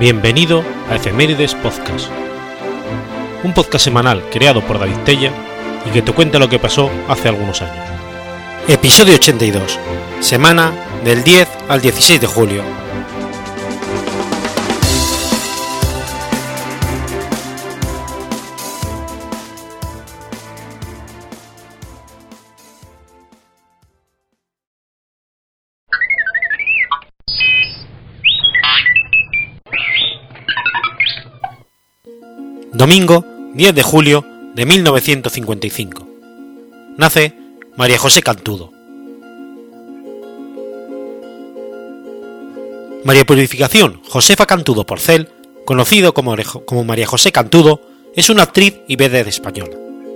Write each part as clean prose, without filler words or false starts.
Bienvenido a Efemérides Podcast, un podcast semanal creado por David Tella y que te cuenta lo que pasó hace algunos años. Episodio 82, semana del 10 al 16 de julio. Domingo 10 de julio de 1955. Nace María José Cantudo. María Purificación Josefa Cantudo Porcel, conocido como María José Cantudo, es una actriz y vedette española.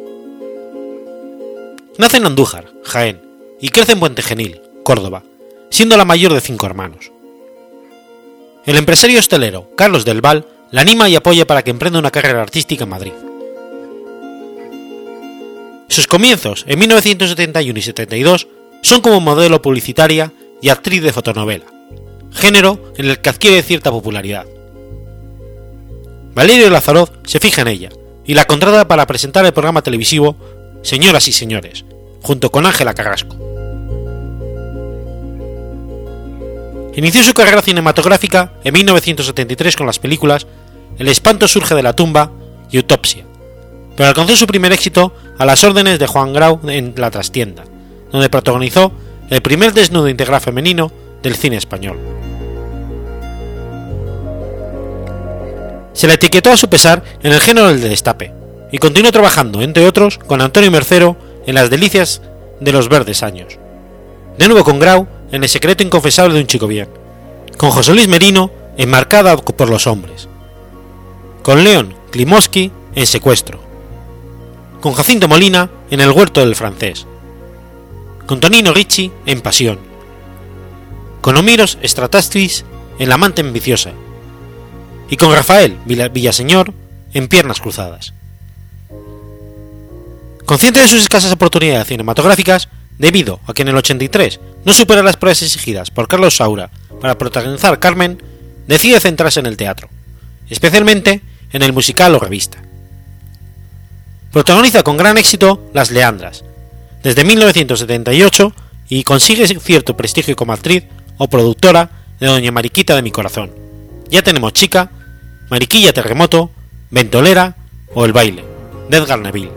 Nace en Andújar, Jaén, y crece en Puente Genil, Córdoba, siendo la mayor de 5 hermanos. El empresario hostelero Carlos del Val la anima y apoya para que emprenda una carrera artística en Madrid. Sus comienzos en 1971 y 72 son como modelo publicitaria y actriz de fotonovela, género en el que adquiere cierta popularidad. Valerio Lazaroz se fija en ella y la contrata para presentar el programa televisivo Señoras y Señores, junto con Ángela Carrasco. Inició su carrera cinematográfica en 1973 con las películas El espanto surge de la tumba y Autopsia, pero alcanzó su primer éxito a las órdenes de Juan Grau en La trastienda, donde protagonizó el primer desnudo integral femenino del cine español. Se la etiquetó a su pesar en el género del destape, y continuó trabajando, entre otros, con Antonio Mercero en Las delicias de los verdes años, de nuevo con Grau en El secreto inconfesable de un chico bien, con José Luis Merino en Marcada por los hombres, con León Klimovsky en Secuestro, con Jacinto Molina en El huerto del francés, con Tonino Ricci en Pasión, con Omiros Stratastis en La amante ambiciosa y con Rafael Villaseñor en Piernas cruzadas. Consciente de sus escasas oportunidades cinematográficas, debido a que en el 83 no supera las pruebas exigidas por Carlos Saura para protagonizar Carmen, decide centrarse en el teatro, especialmente en el musical o revista. Protagoniza con gran éxito Las Leandras, desde 1978, y consigue cierto prestigio como actriz o productora de Doña Mariquita de mi corazón, Ya tenemos chica, Mariquilla Terremoto, Ventolera o El baile, de Edgar Neville.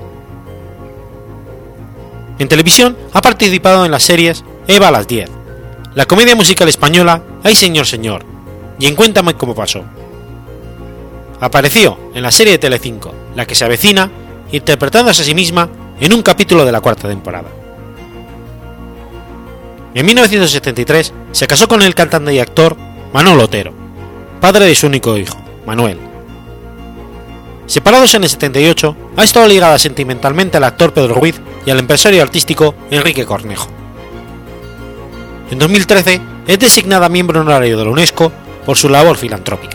En televisión ha participado en las series Eva a las 10, la comedia musical española Ay señor señor y en Cuéntame cómo pasó. Apareció en la serie de Telecinco La que se avecina, interpretándose a sí misma en un capítulo de la 4ª temporada. En 1973 se casó con el cantante y actor Manolo Otero, padre de su único hijo, Manuel. Separados en el 78, ha estado ligada sentimentalmente al actor Pedro Ruiz y al empresario artístico Enrique Cornejo. En 2013 es designada miembro honorario de la UNESCO por su labor filantrópica.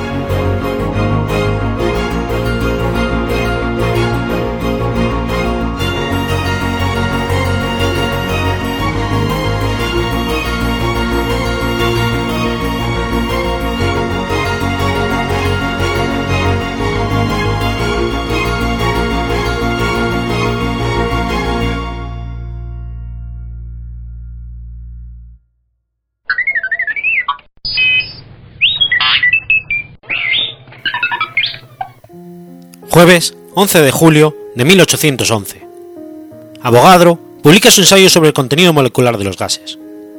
Jueves 11 de julio de 1811. Avogadro publica su ensayo sobre el contenido molecular de los gases.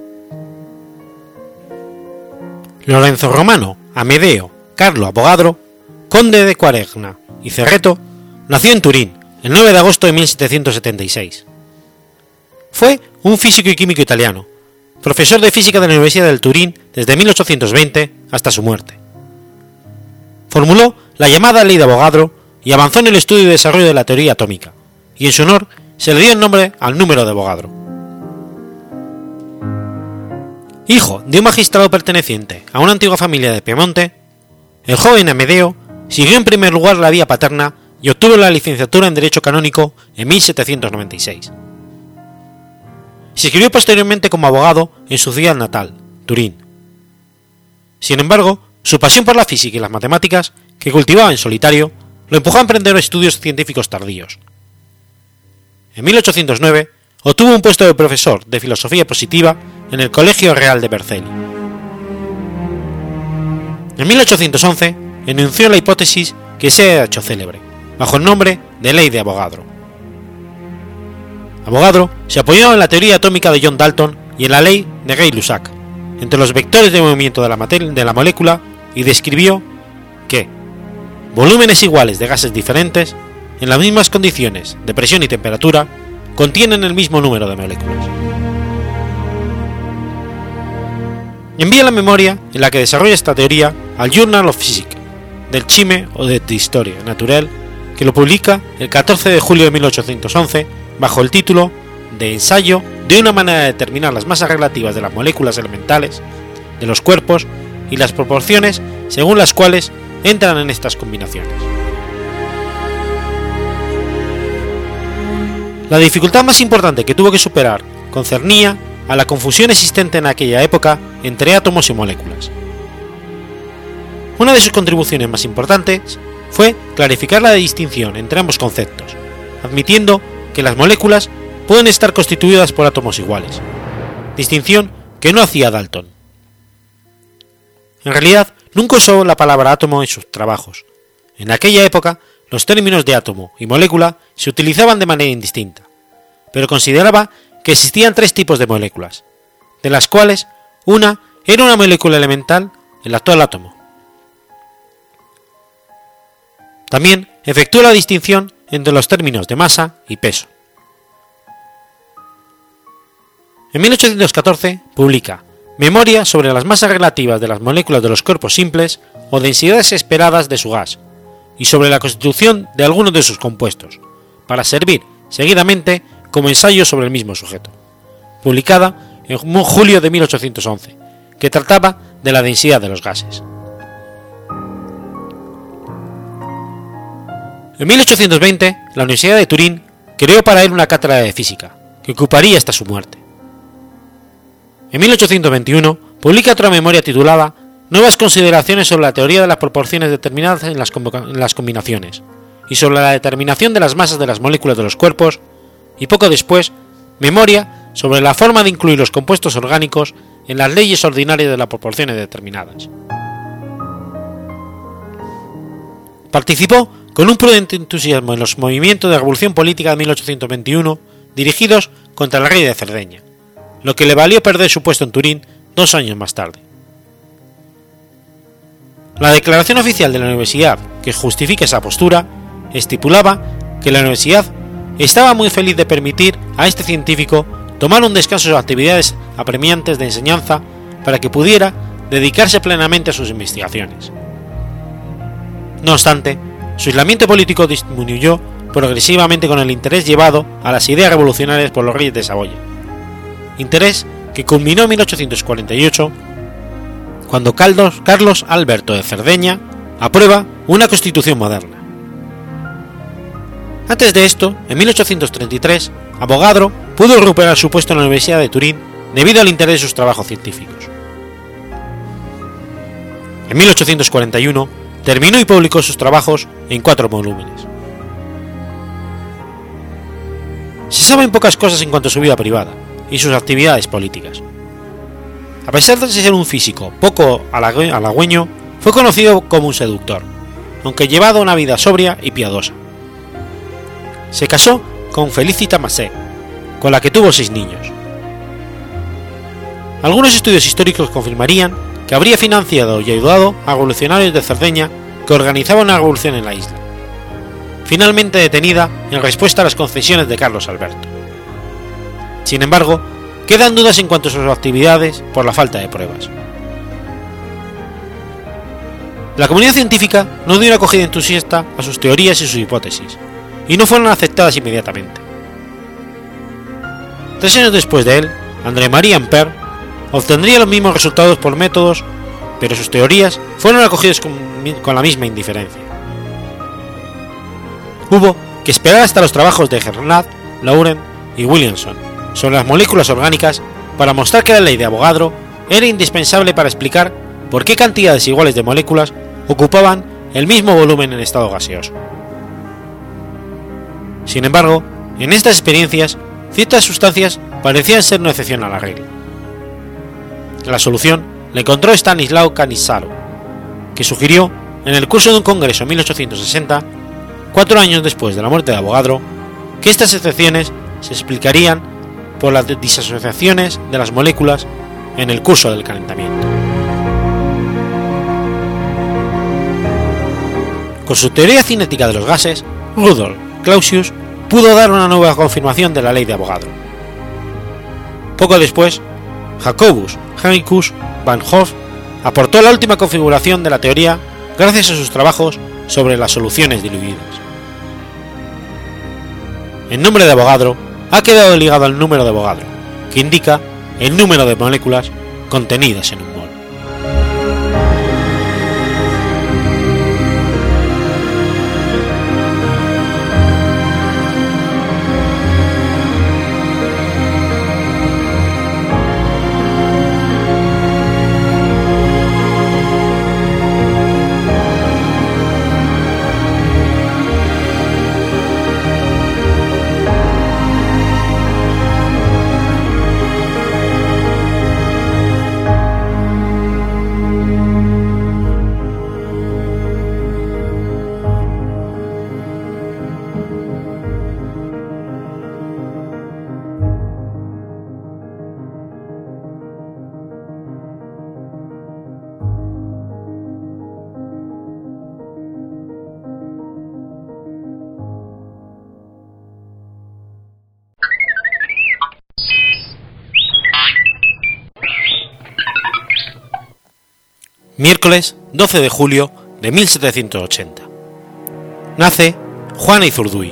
Lorenzo Romano Amedeo Carlo Avogadro, conde de Quaregna y Cerreto, nació en Turín el 9 de agosto de 1776. Fue un físico y químico italiano, profesor de física de la Universidad del Turín desde 1820 hasta su muerte. Formuló la llamada Ley de Avogadro y avanzó en el estudio y desarrollo de la teoría atómica, y en su honor se le dio el nombre al número de Avogadro. Hijo de un magistrado perteneciente a una antigua familia de Piemonte, el joven Amedeo siguió en primer lugar la vía paterna y obtuvo la licenciatura en Derecho Canónico en 1796. Se inscribió posteriormente como abogado en su ciudad natal, Turín. Sin embargo, su pasión por la física y las matemáticas, que cultivaba en solitario, lo empujó a emprender estudios científicos tardíos. En 1809 obtuvo un puesto de profesor de filosofía positiva en el Colegio Real de Vercelli. En 1811 enunció la hipótesis que se ha hecho célebre, bajo el nombre de ley de Avogadro. Avogadro se apoyó en la teoría atómica de John Dalton y en la ley de Gay-Lussac, entre los vectores de movimiento de la molécula, y describió que volúmenes iguales de gases diferentes, en las mismas condiciones de presión y temperatura, contienen el mismo número de moléculas. Envía la memoria en la que desarrolla esta teoría al Journal of Physics del Chime o de Historia Naturelle, que lo publica el 14 de julio de 1811 bajo el título de Ensayo de una manera de determinar las masas relativas de las moléculas elementales de los cuerpos y las proporciones según las cuales entran en estas combinaciones. La dificultad más importante que tuvo que superar concernía a la confusión existente en aquella época entre átomos y moléculas. Una de sus contribuciones más importantes fue clarificar la distinción entre ambos conceptos, admitiendo que las moléculas pueden estar constituidas por átomos iguales, distinción que no hacía Dalton. En realidad, nunca usó la palabra átomo en sus trabajos. En aquella época, los términos de átomo y molécula se utilizaban de manera indistinta, pero consideraba que existían tres tipos de moléculas, de las cuales una era una molécula elemental, el actual átomo. También efectuó la distinción entre los términos de masa y peso. En 1814 publica Memoria sobre las masas relativas de las moléculas de los cuerpos simples o densidades esperadas de su gas, y sobre la constitución de algunos de sus compuestos, para servir seguidamente como ensayo sobre el mismo sujeto, publicada en julio de 1811, que trataba de la densidad de los gases. En 1820, la Universidad de Turín creó para él una cátedra de física, que ocuparía hasta su muerte. En 1821 publica otra memoria titulada Nuevas consideraciones sobre la teoría de las proporciones determinadas en las combinaciones, y sobre la determinación de las masas de las moléculas de los cuerpos, y poco después, Memoria sobre la forma de incluir los compuestos orgánicos en las leyes ordinarias de las proporciones determinadas. Participó con un prudente entusiasmo en los movimientos de revolución política de 1821 dirigidos contra el rey de Cerdeña, lo que le valió perder su puesto en Turín 2 años más tarde. La declaración oficial de la universidad que justifica esa postura estipulaba que la universidad estaba muy feliz de permitir a este científico tomar un descanso de sus actividades apremiantes de enseñanza para que pudiera dedicarse plenamente a sus investigaciones. No obstante, su aislamiento político disminuyó progresivamente con el interés llevado a las ideas revolucionarias por los reyes de Saboya, interés que culminó en 1848 cuando Carlos Alberto de Cerdeña aprueba una constitución moderna. Antes de esto, en 1833, Avogadro pudo recuperar su puesto en la Universidad de Turín debido al interés de sus trabajos científicos. En 1841 terminó y publicó sus trabajos en 4 volúmenes. Se saben pocas cosas en cuanto a su vida privada y sus actividades políticas. A pesar de ser un físico poco halagüeño, fue conocido como un seductor, aunque llevaba una vida sobria y piadosa. Se casó con Felicita Massé, con la que tuvo 6 niños. Algunos estudios históricos confirmarían que habría financiado y ayudado a revolucionarios de Cerdeña que organizaban una revolución en la isla, finalmente detenida en respuesta a las concesiones de Carlos Alberto. Sin embargo, quedan dudas en cuanto a sus actividades por la falta de pruebas. La comunidad científica no dio una acogida entusiasta a sus teorías y sus hipótesis, y no fueron aceptadas inmediatamente. 3 años después de él, André-Marie Ampère obtendría los mismos resultados por métodos, pero sus teorías fueron acogidas con la misma indiferencia. Hubo que esperar hasta los trabajos de Gernat, Laurent y Williamson sobre las moléculas orgánicas para mostrar que la ley de Avogadro era indispensable para explicar por qué cantidades iguales de moléculas ocupaban el mismo volumen en estado gaseoso. Sin embargo, en estas experiencias, ciertas sustancias parecían ser una excepción a la regla. La solución la encontró Stanislaw Cannizzaro, que sugirió en el curso de un congreso en 1860, 4 años después de la muerte de Avogadro, que estas excepciones se explicarían por las disasociaciones de las moléculas en el curso del calentamiento. Con su teoría cinética de los gases, Rudolf Clausius pudo dar una nueva confirmación de la ley de Avogadro. Poco después, Jacobus Henricus van Hoff aportó la última configuración de la teoría gracias a sus trabajos sobre las soluciones diluidas. El nombre de Avogadro ha quedado ligado al número de Avogadro, que indica el número de moléculas contenidas en un mol. Miércoles 12 de julio de 1780. Nace Juana Izurduy.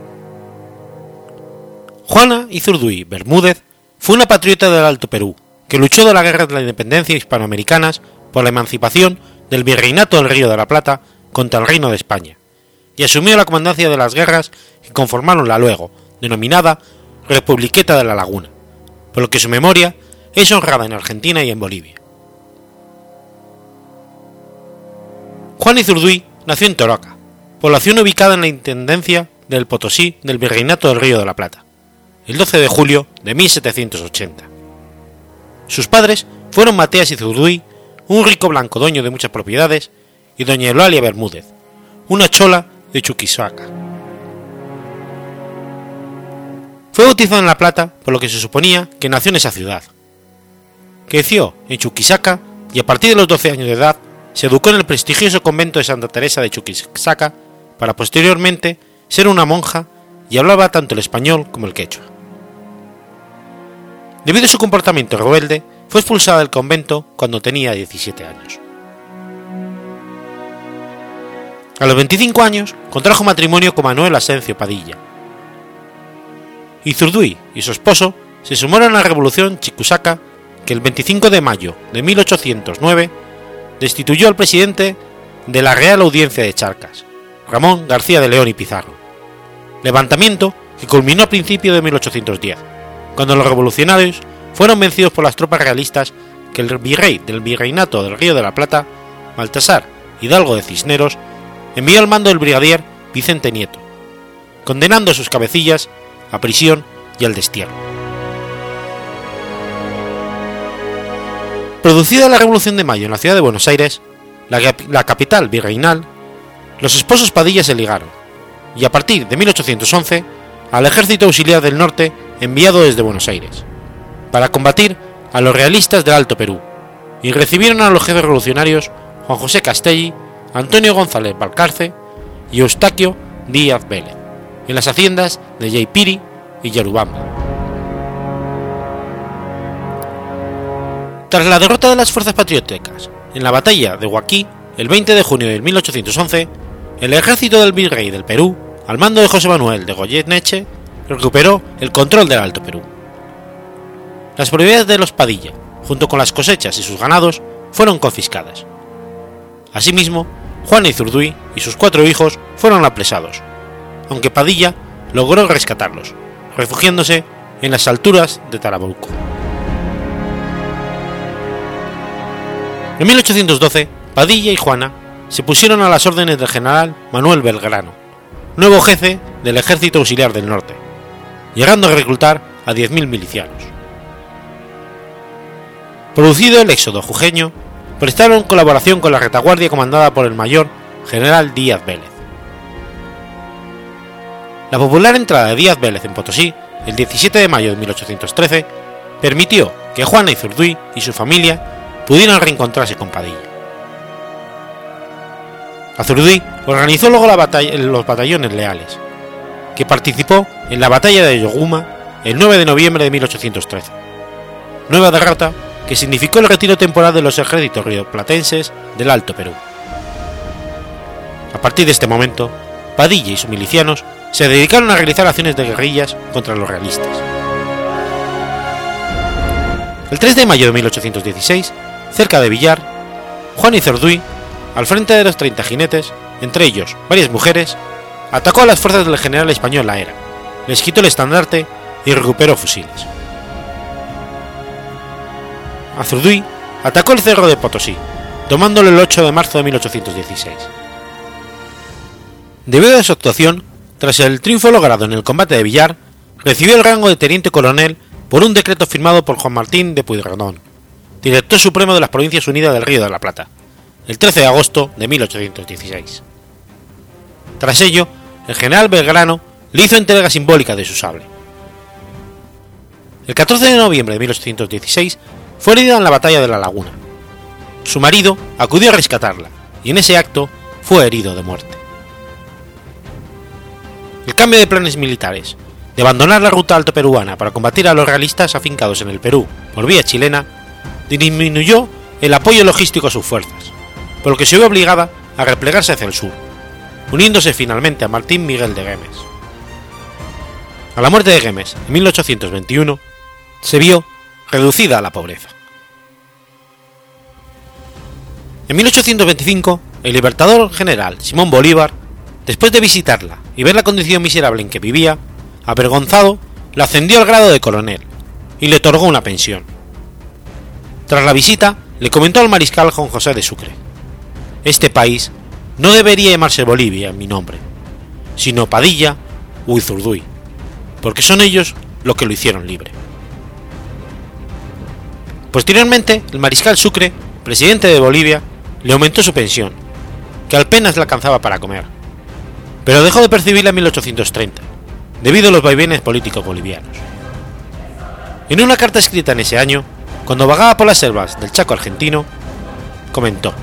Juana Izurduy Bermúdez fue una patriota del Alto Perú que luchó de la guerra de la independencia hispanoamericanas por la emancipación del Virreinato del Río de la Plata contra el Reino de España y asumió la comandancia de las guerras que conformaron la luego denominada Republiqueta de la Laguna, por lo que su memoria es honrada en Argentina y en Bolivia. Juan Izurduy nació en Toroca, población ubicada en la intendencia del Potosí del Virreinato del Río de la Plata, el 12 de julio de 1780. Sus padres fueron Matías Izurduy, un rico blanco dueño de muchas propiedades, y doña Eulalia Bermúdez, una chola de Chuquisaca. Fue bautizado en La Plata, por lo que se suponía que nació en esa ciudad. Creció en Chuquisaca y a partir de los 12 años de edad se educó en el prestigioso convento de Santa Teresa de Chuquisaca para posteriormente ser una monja y hablaba tanto el español como el quechua. Debido a su comportamiento rebelde, fue expulsada del convento cuando tenía 17 años. A los 25 años contrajo matrimonio con Manuel Asencio Padilla. Izurduy y su esposo se sumaron a la revolución chicusaca que el 25 de mayo de 1809 destituyó al presidente de la Real Audiencia de Charcas, Ramón García de León y Pizarro, levantamiento que culminó a principios de 1810, cuando los revolucionarios fueron vencidos por las tropas realistas que el virrey del Virreinato del Río de la Plata, Baltasar Hidalgo de Cisneros, envió al mando del brigadier Vicente Nieto, condenando a sus cabecillas a prisión y al destierro. Producida la Revolución de Mayo en la ciudad de Buenos Aires, la capital virreinal, los esposos Padilla se ligaron, y a partir de 1811 al Ejército Auxiliar del Norte enviado desde Buenos Aires, para combatir a los realistas del Alto Perú, y recibieron a los jefes revolucionarios Juan José Castelli, Antonio González Balcarce y Eustaquio Díaz Vélez, en las haciendas de Yaypiri y Yarubamba. Tras la derrota de las fuerzas patrióticas en la batalla de Huaquí, el 20 de junio de 1811, el ejército del virrey del Perú, al mando de José Manuel de Goyeneche, recuperó el control del Alto Perú. Las propiedades de los Padilla, junto con las cosechas y sus ganados, fueron confiscadas. Asimismo, Juan Izurduy y sus 4 hijos fueron apresados, aunque Padilla logró rescatarlos, refugiándose en las alturas de Tarabuco. En 1812, Padilla y Juana se pusieron a las órdenes del general Manuel Belgrano, nuevo jefe del Ejército Auxiliar del Norte, llegando a reclutar a 10.000 milicianos. Producido el éxodo jujeño, prestaron colaboración con la retaguardia comandada por el mayor general Díaz Vélez. La popular entrada de Díaz Vélez en Potosí, el 17 de mayo de 1813, permitió que Juana Izurduy y su familia pudieran reencontrarse con Padilla. Azurduy organizó luego los batallones leales, que participó en la batalla de Yoguma el 9 de noviembre de 1813, nueva derrota que significó el retiro temporal de los ejércitos rioplatenses del Alto Perú. A partir de este momento, Padilla y sus milicianos se dedicaron a realizar acciones de guerrillas contra los realistas. El 3 de mayo de 1816, cerca de Villar, Juana Izurduy, al frente de los 30 jinetes, entre ellos varias mujeres, atacó a las fuerzas del general español Laera, les quitó el estandarte y recuperó fusiles. Azurduy atacó el cerro de Potosí, tomándolo el 8 de marzo de 1816. Debido a su actuación, tras el triunfo logrado en el combate de Villar, recibió el rango de teniente coronel por un decreto firmado por Juan Martín de Pueyrredón, director supremo de las Provincias Unidas del Río de la Plata, el 13 de agosto de 1816. Tras ello, el general Belgrano le hizo entrega simbólica de su sable. El 14 de noviembre de 1816 fue herida en la batalla de La Laguna. Su marido acudió a rescatarla y en ese acto fue herido de muerte. El cambio de planes militares, de abandonar la ruta altoperuana para combatir a los realistas afincados en el Perú por vía chilena, disminuyó el apoyo logístico a sus fuerzas, por lo que se vio obligada a replegarse hacia el sur, uniéndose finalmente a Martín Miguel de Güemes. A la muerte de Güemes en 1821, se vio reducida a la pobreza. En 1825, el libertador general Simón Bolívar, después de visitarla y ver la condición miserable en que vivía, avergonzado, la ascendió al grado de coronel y le otorgó una pensión. Tras la visita, le comentó al mariscal Juan José de Sucre: «Este país no debería llamarse Bolivia en mi nombre, sino Padilla o Izurduy, porque son ellos los que lo hicieron libre». Posteriormente, el mariscal Sucre, presidente de Bolivia, le aumentó su pensión, que apenas le alcanzaba para comer, pero dejó de percibirla en 1830, debido a los vaivenes políticos bolivianos. En una carta escrita en ese año, cuando vagaba por las selvas del Chaco argentino, comentó: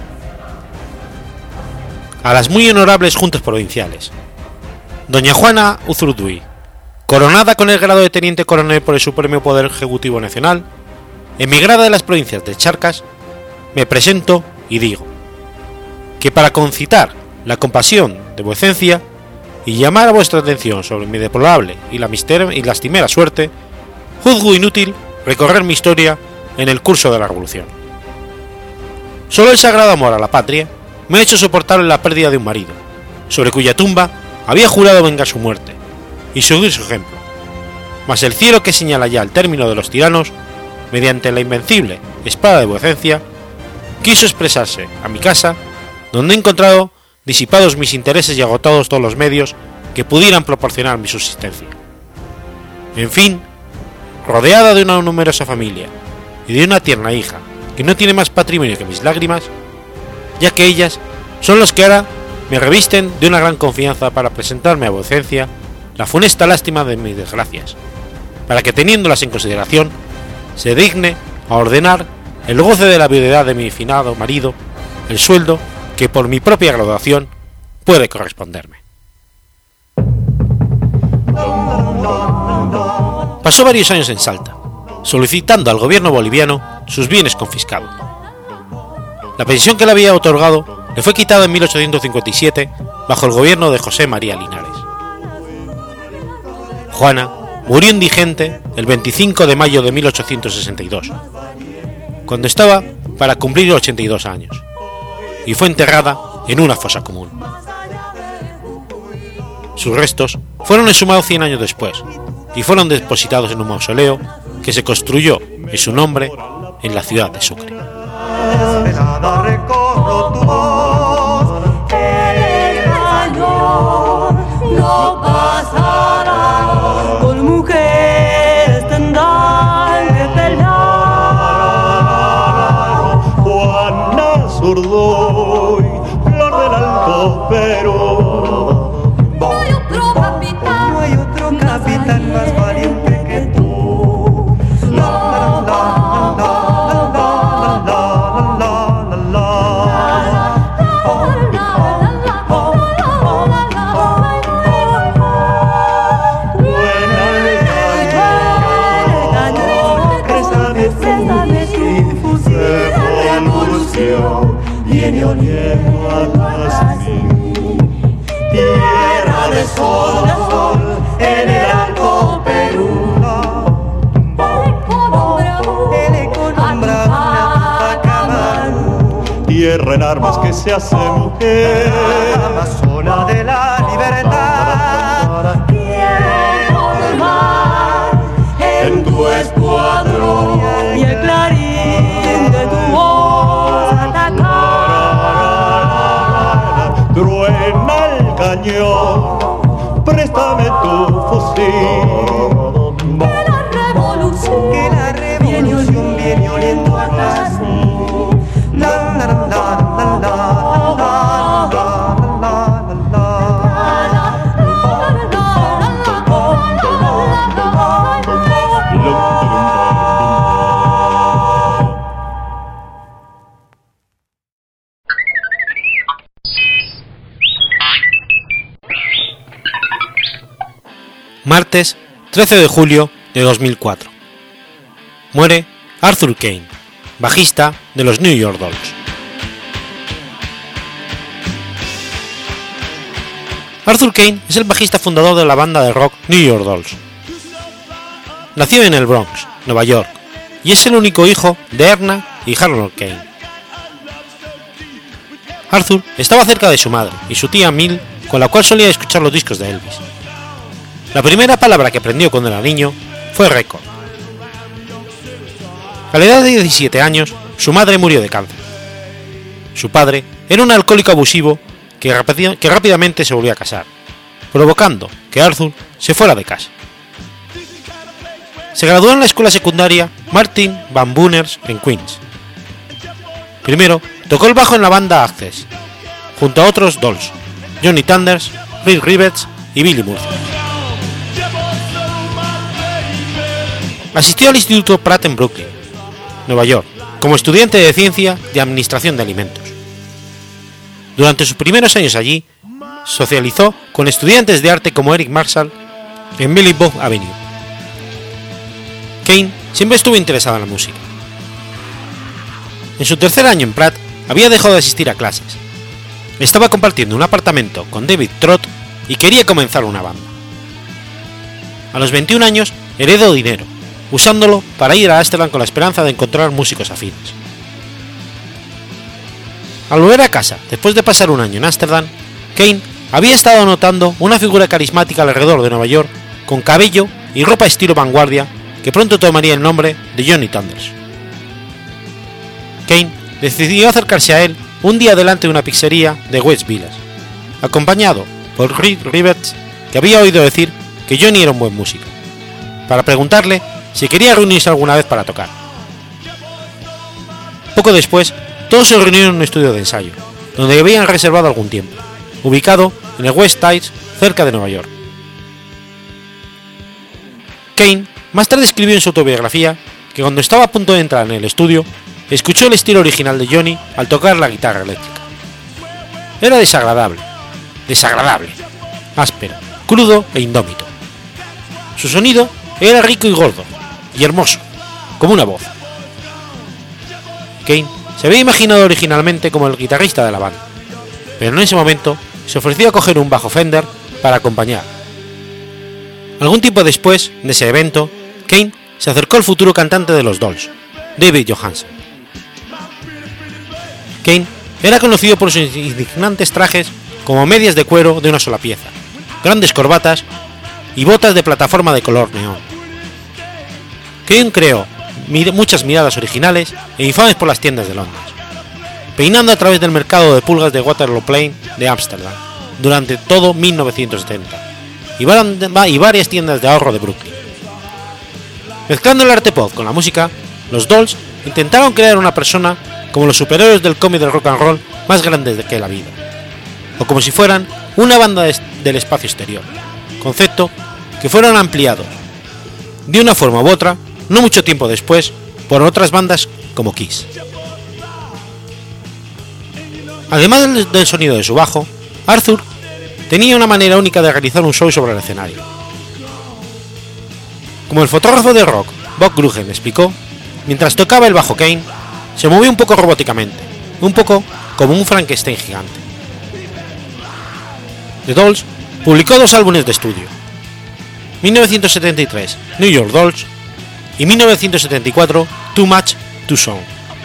«A las muy honorables juntas provinciales, doña Juana Izurduy, coronada con el grado de teniente coronel por el Supremo Poder Ejecutivo Nacional, emigrada de las provincias de Charcas, me presento y digo que para concitar la compasión de vuecencia y llamar a vuestra atención sobre mi deplorable y lastimera suerte, juzgo inútil recorrer mi historia en el curso de la Revolución. Solo el sagrado amor a la patria me ha hecho soportar la pérdida de un marido, sobre cuya tumba había jurado vengar su muerte, y seguir su ejemplo, mas el cielo que señala ya el término de los tiranos, mediante la invencible espada de vuecencia, quiso expresarse a mi casa, donde he encontrado disipados mis intereses y agotados todos los medios que pudieran proporcionar mi subsistencia. En fin, rodeada de una numerosa familia y de una tierna hija que no tiene más patrimonio que mis lágrimas, ya que ellas son los que ahora me revisten de una gran confianza para presentarme a vuecencia la funesta lástima de mis desgracias, para que teniéndolas en consideración, se digne a ordenar el goce de la viudedad de mi finado marido, el sueldo que por mi propia graduación puede corresponderme». Pasó varios años en Salta, solicitando al gobierno boliviano sus bienes confiscados. La pensión que le había otorgado le fue quitada en 1857 bajo el gobierno de José María Linares. Juana murió indigente el 25 de mayo de 1862, cuando estaba para cumplir 82 años, y fue enterrada en una fosa común. Sus restos fueron exhumados 100 años después y fueron depositados en un mausoleo que se construyó en su nombre en la ciudad de Sucre. madrugada recorro tu voz. El español no pasará, con mujeres tendrán que pelear. Juana Zurdoy, flor del Alto Perú. No hay otro capitán Más valiente que tú. La la la la la la la la Buena revolución viene oliendo a Jazmín. Tierra de sol, en el Alto Perú. El eco nombra una Pacamán. Tierra en armas que se hace mujer. Amazona de la libertad. quiero el mar En tu escuadrón. y el clarín de tu voz atacar. Truena el cañón, préstame tu fusil. Que la revolución viene oliendo a Jazmín. La la la la la la la la Martes 13 de julio de 2004. Muere Arthur Kane, bajista de los New York Dolls. Arthur Kane es el bajista fundador de la banda de rock New York Dolls. Nació en el Bronx, Nueva York, y es el único hijo de Erna y Harold Kane. Arthur estaba cerca de su madre y su tía Mill, con la cual solía escuchar los discos de Elvis. La primera palabra que aprendió cuando era niño fue récord. A la edad de 17 años, su madre murió de cáncer. Su padre era un alcohólico abusivo que rápidamente se volvió a casar, provocando que Arthur se fuera de casa. Se graduó en la escuela secundaria Martin Van Booners en Queens. Primero tocó el bajo en la banda Access, junto a otros Dolls, Johnny Thunders, Rick Rivets y Billy Murphy. Asistió al Instituto Pratt en Brooklyn, Nueva York, como estudiante de ciencia de administración de alimentos. Durante sus primeros años allí, socializó con estudiantes de arte como Eric Marshall en Billy Bob Avenue. Kane siempre estuvo interesado en la música. En su tercer año en Pratt había dejado de asistir a clases. Estaba compartiendo un apartamento con David Trott y quería comenzar una banda. A los 21 años heredó dinero, usándolo para ir a Ámsterdam con la esperanza de encontrar músicos afines. Al volver a casa, después de pasar un año en Ámsterdam, Kane había estado notando una figura carismática alrededor de Nueva York, con cabello y ropa estilo vanguardia, que pronto tomaría el nombre de Johnny Thunders. Kane decidió acercarse a él un día delante de una pizzería de West Village, acompañado por Rick Rivets, que había oído decir que Johnny era un buen músico, para preguntarle si quería reunirse alguna vez para tocar. Poco después, todos se reunieron en un estudio de ensayo, donde habían reservado algún tiempo, ubicado en el West Side, cerca de Nueva York. Kane más tarde escribió en su autobiografía que cuando estaba a punto de entrar en el estudio, escuchó el estilo original de Johnny al tocar la guitarra eléctrica. Era desagradable, áspero, crudo e indómito. Su sonido era rico y gordo, y hermoso, como una voz. Kane se había imaginado originalmente como el guitarrista de la banda, pero en ese momento se ofreció a coger un bajo Fender para acompañar. Algún tiempo después de ese evento, Kane se acercó al futuro cantante de los Dolls, David Johansen. Kane era conocido por sus indignantes trajes como medias de cuero de una sola pieza, grandes corbatas y botas de plataforma de color neón. Kane creó muchas miradas originales e infames por las tiendas de Londres, peinando a través del mercado de pulgas de Waterloo Plain de Ámsterdam durante todo 1970 y varias tiendas de ahorro de Brooklyn. Mezclando el arte pop con la música, los Dolls intentaron crear una persona como los superhéroes del cómic del rock and roll más grandes que la vida, o como si fueran una banda del espacio exterior, concepto que fueron ampliados, de una forma u otra, no mucho tiempo después, por otras bandas como Kiss. Además del sonido de su bajo, Arthur tenía una manera única de realizar un show sobre el escenario. Como el fotógrafo de rock Bob Gruggen explicó, mientras tocaba el bajo Kane, se movía un poco robóticamente, un poco como un Frankenstein gigante. The Dolls publicó 2 álbumes de estudio, 1973 New York Dolls y 1974 Too Much Too Soon.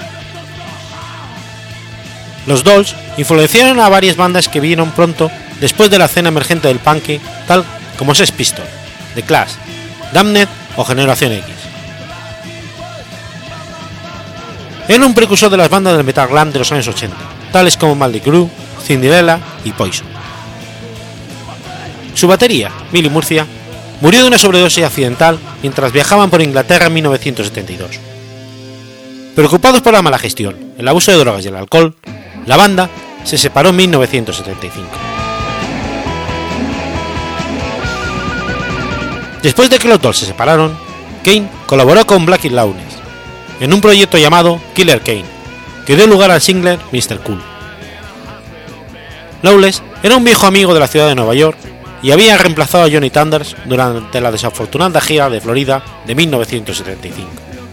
Los Dolls influenciaron a varias bandas que vieron pronto después de la escena emergente del punk, tal como Sex Pistols, The Clash, Damned o Generación X. Era un precursor de las bandas del metal glam de los años 80, tales como Mötley Crüe, Cinderella y Poison. Su batería, Billy Murcia, murió de una sobredosis accidental mientras viajaban por Inglaterra en 1972. Preocupados por la mala gestión, el abuso de drogas y el alcohol, la banda se separó en 1975. Después de que los Dolls se separaron, Kane colaboró con Blackie Lawless en un proyecto llamado Killer Kane, que dio lugar al single Mr. Cool. Lawless era un viejo amigo de la ciudad de Nueva York y había reemplazado a Johnny Thunders durante la desafortunada gira de Florida de 1975.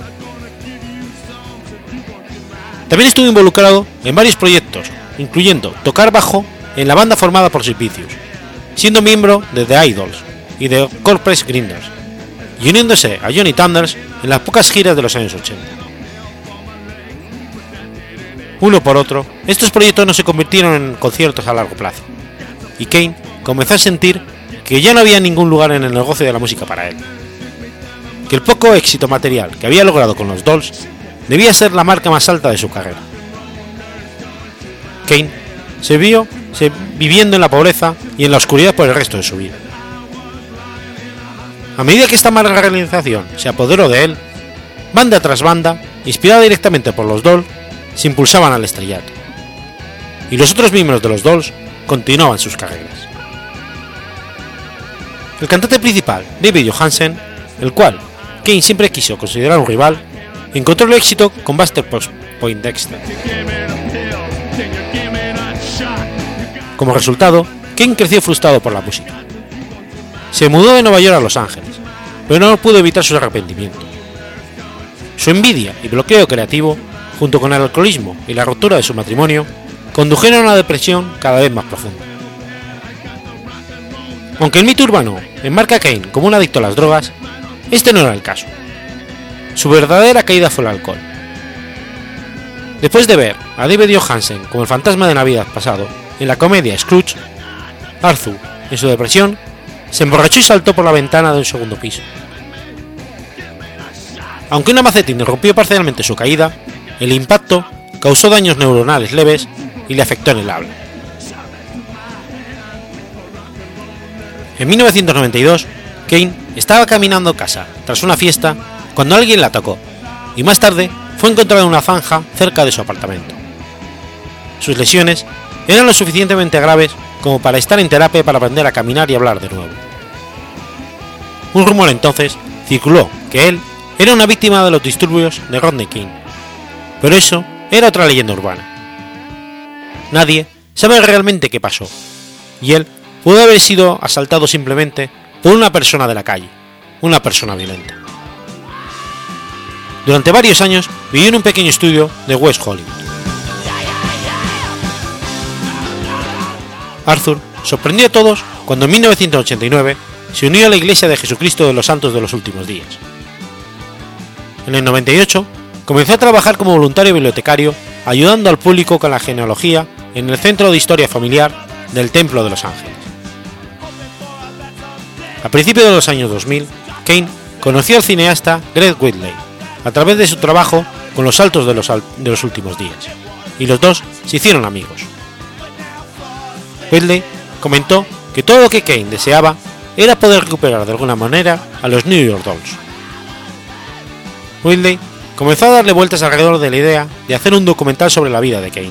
También estuvo involucrado en varios proyectos, incluyendo tocar bajo en la banda formada por Sid Vicious, siendo miembro de The Idols y de Corpse Grinders, y uniéndose a Johnny Thunders en las pocas giras de los años 80. Uno por otro, estos proyectos no se convirtieron en conciertos a largo plazo, y Kane comenzó a sentir que ya no había ningún lugar en el negocio de la música para él, que el poco éxito material que había logrado con los Dolls debía ser la marca más alta de su carrera. Kane se vio viviendo en la pobreza y en la oscuridad por el resto de su vida. A medida que esta mala realización se apoderó de él, banda tras banda, inspirada directamente por los Dolls, se impulsaban al estrellato, y los otros miembros de los Dolls continuaban sus carreras. El cantante principal, David Johansen, el cual Kane siempre quiso considerar un rival, encontró el éxito con Buster Poindexter. Como resultado, Kane creció frustrado por la música. Se mudó de Nueva York a Los Ángeles, pero no pudo evitar su arrepentimiento. Su envidia y bloqueo creativo, junto con el alcoholismo y la ruptura de su matrimonio, condujeron a una depresión cada vez más profunda. Aunque el mito urbano enmarca a Kane como un adicto a las drogas, este no era el caso. Su verdadera caída fue el alcohol. Después de ver a David Johansen como el fantasma de Navidad pasado en la comedia Scrooge, Arthur, en su depresión, se emborrachó y saltó por la ventana de un segundo piso. Aunque una macetina rompió parcialmente su caída, el impacto causó daños neuronales leves y le afectó en el habla. En 1992, Kane estaba caminando a casa tras una fiesta cuando alguien la atacó, y más tarde fue encontrado en una zanja cerca de su apartamento. Sus lesiones eran lo suficientemente graves como para estar en terapia para aprender a caminar y hablar de nuevo. Un rumor entonces circuló que él era una víctima de los disturbios de Rodney King, pero eso era otra leyenda urbana. Nadie sabe realmente qué pasó, y él pudo haber sido asaltado simplemente por una persona de la calle, una persona violenta. Durante varios años vivió en un pequeño estudio de West Hollywood. Arthur sorprendió a todos cuando en 1989 se unió a la Iglesia de Jesucristo de los Santos de los Últimos Días. En el 98 comenzó a trabajar como voluntario bibliotecario ayudando al público con la genealogía en el Centro de Historia Familiar del Templo de Los Ángeles. A principios de los años 2000, Kane conoció al cineasta Greg Whitley a través de su trabajo con Los Saltos de los Últimos Días, y los dos se hicieron amigos. Whitley comentó que todo lo que Kane deseaba era poder recuperar de alguna manera a los New York Dolls. Whitley comenzó a darle vueltas alrededor de la idea de hacer un documental sobre la vida de Kane.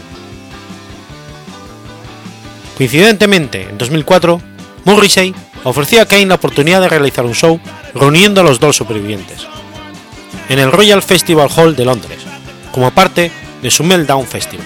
Coincidentemente, en 2004, Morrissey ofreció a Kane la oportunidad de realizar un show reuniendo a los Dolls supervivientes en el Royal Festival Hall de Londres, como parte de su Meltdown Festival.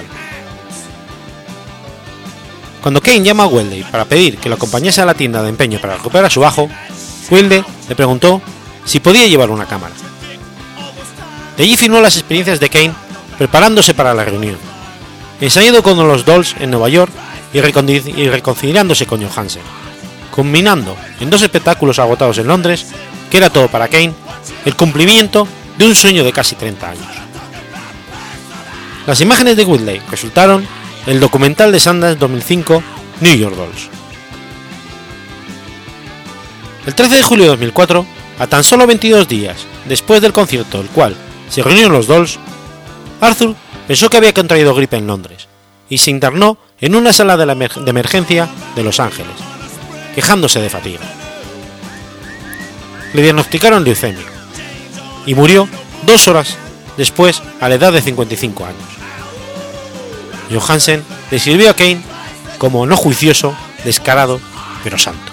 Cuando Kane llama a Whitley para pedir que lo acompañase a la tienda de empeño para recuperar su bajo, Whitley le preguntó si podía llevar una cámara. De allí firmó las experiencias de Kane preparándose para la reunión, ensayando con los Dolls en Nueva York y reconciliándose con Johansen, culminando en 2 espectáculos agotados en Londres, que era todo para Kane el cumplimiento de un sueño de casi 30 años. Las imágenes de Whitley resultaron el documental de Sundance 2005 New York Dolls. El 13 de julio de 2004, a tan solo 22 días después del concierto el cual se reunieron los Dolls, Arthur pensó que había contraído gripe en Londres y se internó en una sala de emergencia de Los Ángeles, quejándose de fatiga. Le diagnosticaron leucemia y murió 2 horas después a la edad de 55 años. Johansen describió a Kane como no juicioso, descarado, pero santo.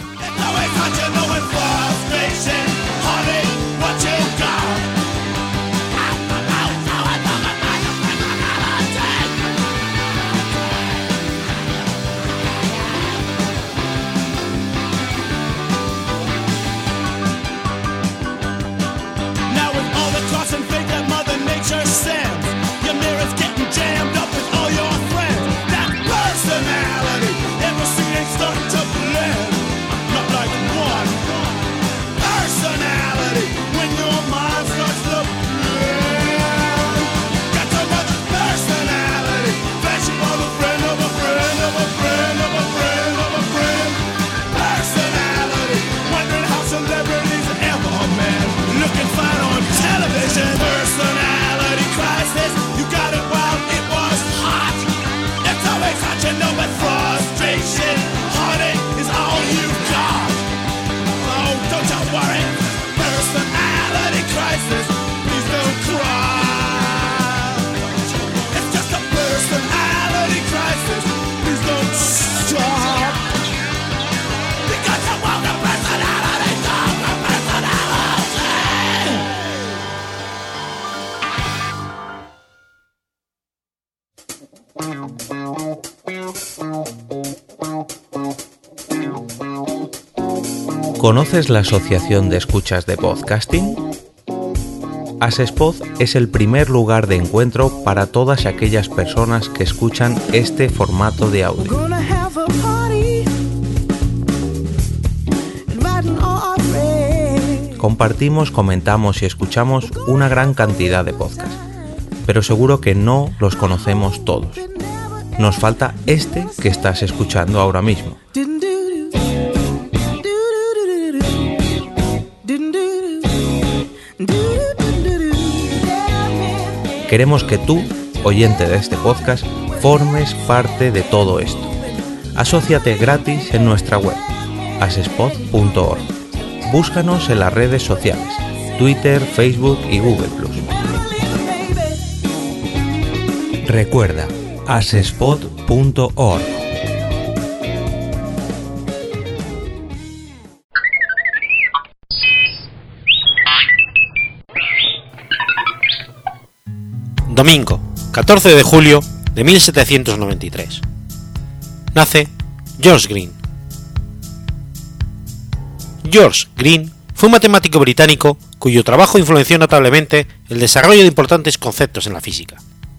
¿Conoces la Asociación de Escuchas de Podcasting? Asespod es el primer lugar de encuentro para todas aquellas personas que escuchan este formato de audio. Compartimos, comentamos y escuchamos una gran cantidad de podcasts, pero seguro que no los conocemos todos. Nos falta este que estás escuchando ahora mismo. Queremos que tú, oyente de este podcast, formes parte de todo esto. Asóciate gratis en nuestra web, asespod.org. Búscanos en las redes sociales, Twitter, Facebook y Google+. Recuerda, asespod.org. Domingo, 14 de julio de 1793. Nace George Green. George Green fue un matemático británico cuyo trabajo influenció notablemente el desarrollo de importantes conceptos en la física.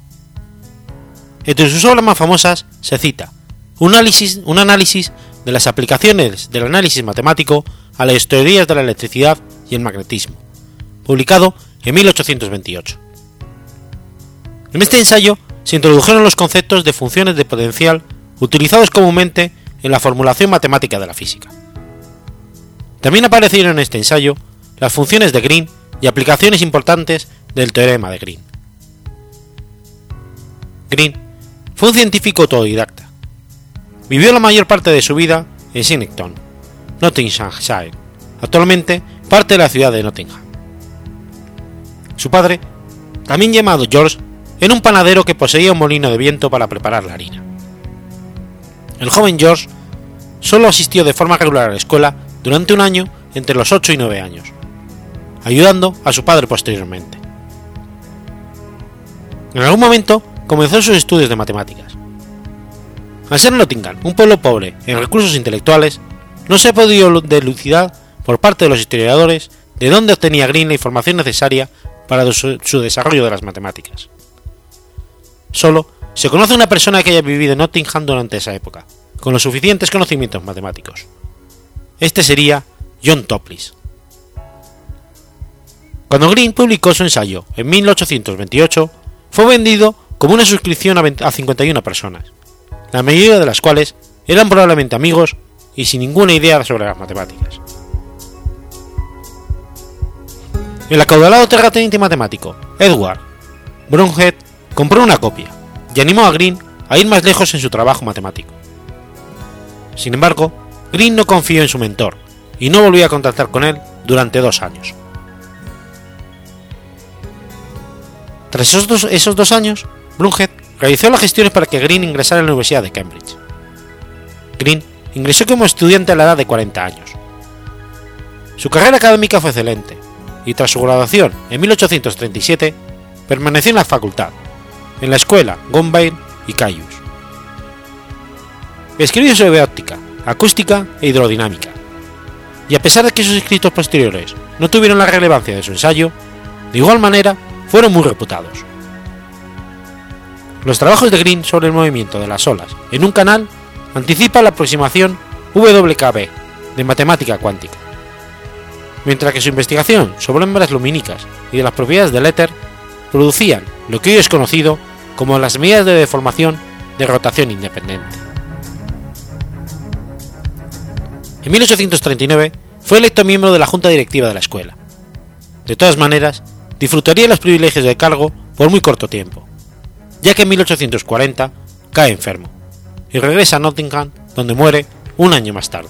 Entre sus obras más famosas se cita un análisis de las aplicaciones del análisis matemático a las teorías de la electricidad y el magnetismo, publicado en 1828. En este ensayo se introdujeron los conceptos de funciones de potencial utilizados comúnmente en la formulación matemática de la física. También aparecieron en este ensayo las funciones de Green y aplicaciones importantes del teorema de Green. Green fue un científico autodidacta. Vivió la mayor parte de su vida en Sennington, Nottinghamshire, actualmente parte de la ciudad de Nottingham. Su padre, también llamado George, era un panadero que poseía un molino de viento para preparar la harina. El joven George solo asistió de forma regular a la escuela durante un año entre los 8 y 9 años, ayudando a su padre posteriormente. En algún momento comenzó sus estudios de matemáticas. Al ser Nottingham un pueblo pobre en recursos intelectuales, no se ha podido dilucidar por parte de los historiadores de dónde obtenía Green la información necesaria para su desarrollo de las matemáticas. Solo se conoce una persona que haya vivido en Nottingham durante esa época, con los suficientes conocimientos matemáticos. Este sería John Topliss. Cuando Green publicó su ensayo en 1828, fue vendido como una suscripción a 51 personas, la mayoría de las cuales eran probablemente amigos y sin ninguna idea sobre las matemáticas. El acaudalado terrateniente matemático Edward Bromhead compró una copia y animó a Green a ir más lejos en su trabajo matemático. Sin embargo, Green no confió en su mentor y no volvió a contactar con él durante 2 años. Tras esos 2 años, Bromhead realizó las gestiones para que Green ingresara a la Universidad de Cambridge. Green ingresó como estudiante a la edad de 40 años. Su carrera académica fue excelente, y tras su graduación en 1837, permaneció en la facultad, en la escuela Gonville y Caius. Escribió sobre óptica, acústica e hidrodinámica, y a pesar de que sus escritos posteriores no tuvieron la relevancia de su ensayo, de igual manera fueron muy reputados. Los trabajos de Green sobre el movimiento de las olas en un canal anticipan la aproximación WKB de matemática cuántica, mientras que su investigación sobre ondas lumínicas y de las propiedades del éter producían lo que hoy es conocido como las medidas de deformación de rotación independiente. En 1839 fue electo miembro de la junta directiva de la escuela. De todas maneras, disfrutaría de los privilegios del cargo por muy corto tiempo, ya que en 1840 cae enfermo y regresa a Nottingham, donde muere un año más tarde.